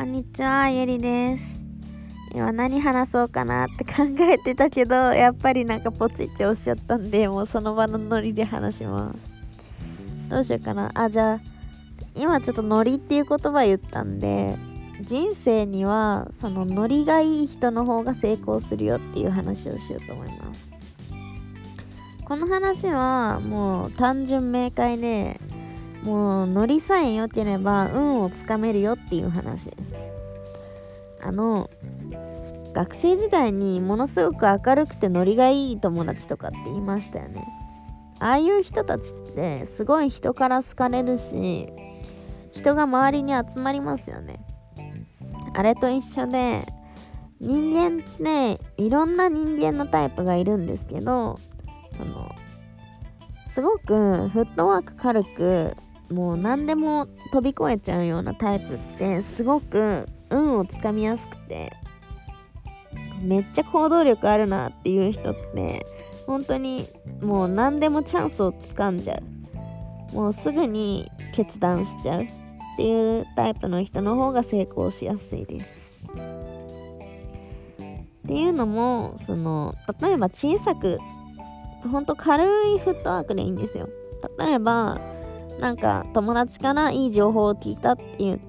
こんにちは、ゆりです。今何話そうかなって考えてたけど、やっぱりポチって押しちゃったんで、もうその場のノリで話します。どうしようかな。じゃあ今ちょっとノリっていう言葉言ったんで、人生にはそのノリがいい人の方が成功するよっていう話をしようと思います。この話はもう単純明快で、もうノリさえ良ければ運をつかめるよっていう話です。学生時代にものすごく明るくてノリがいい友達とかって言いましたよね。ああいう人たちってすごい人から好かれるし、人が周りに集まりますよね。あれと一緒で、人間っていろんな人間のタイプがいるんですけど、すごくフットワーク軽く、もう何でも飛び越えちゃうようなタイプってすごく運をつかみやすくて、めっちゃ行動力あるなっていう人って本当にもう何でもチャンスをつかんじゃう、もうすぐに決断しちゃうっていうタイプの人の方が成功しやすいです。っていうのも、例えば小さくほんと軽いフットワークでいいんですよ。例えば友達からいい情報を聞いたって言って、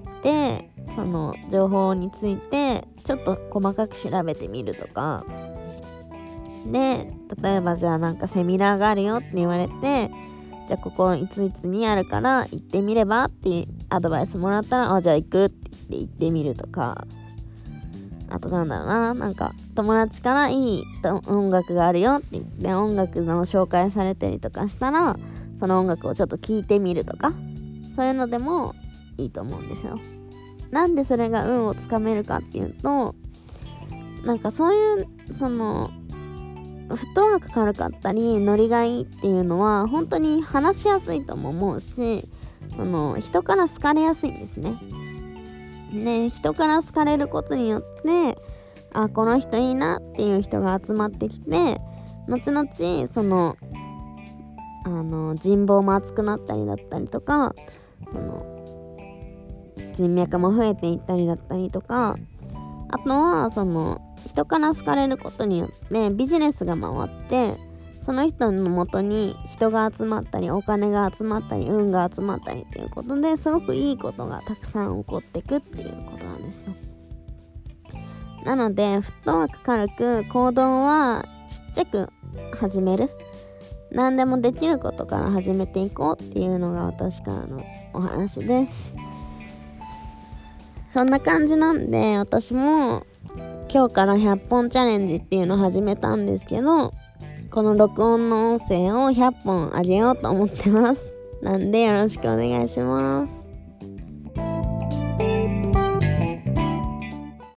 その情報についてちょっと細かく調べてみるとかで、例えばじゃあセミナーがあるよって言われて、じゃあここいついつにあるから行ってみればってアドバイスもらったら、じゃあ行くって言って行ってみるとか、あと友達からいい音楽があるよって言って音楽の紹介されたりとかしたら、その音楽をちょっと聴いてみるとか、そういうのでもいいと思うんですよ。なんでそれが運をつかめるかっていうと、そういうフットワーク軽かったりノリがいいっていうのは本当に話しやすいとも思うし、人から好かれやすいんですね。人から好かれることによって、この人いいなっていう人が集まってきて、後々人望も厚くなったりだったりとか、人脈も増えていったりだったりとか、あとは人から好かれることによってビジネスが回って、その人のもとに人が集まったり、お金が集まったり、運が集まったりっていうことで、すごくいいことがたくさん起こってくっていうことなんですよ。なのでフットワーク軽く、行動はちっちゃく始める、何でもできることから始めていこうっていうのが私からのお話です。そんな感じなんで、私も今日から100本チャレンジっていうのを始めたんですけど、この録音の音声を100本あげようと思ってます。なんでよろしくお願いします。